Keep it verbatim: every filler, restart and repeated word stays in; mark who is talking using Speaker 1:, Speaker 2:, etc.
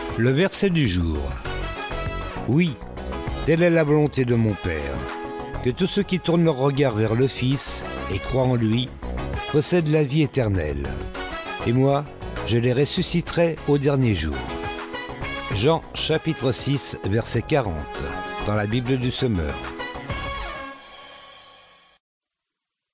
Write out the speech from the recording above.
Speaker 1: Le verset du jour. Oui, telle est la volonté de mon Père, que tous ceux qui tournent leur regard vers le Fils et croient en lui possèdent la vie éternelle. Et moi, je les ressusciterai au dernier jour. Jean chapitre six, verset quarante, dans la Bible du Semeur.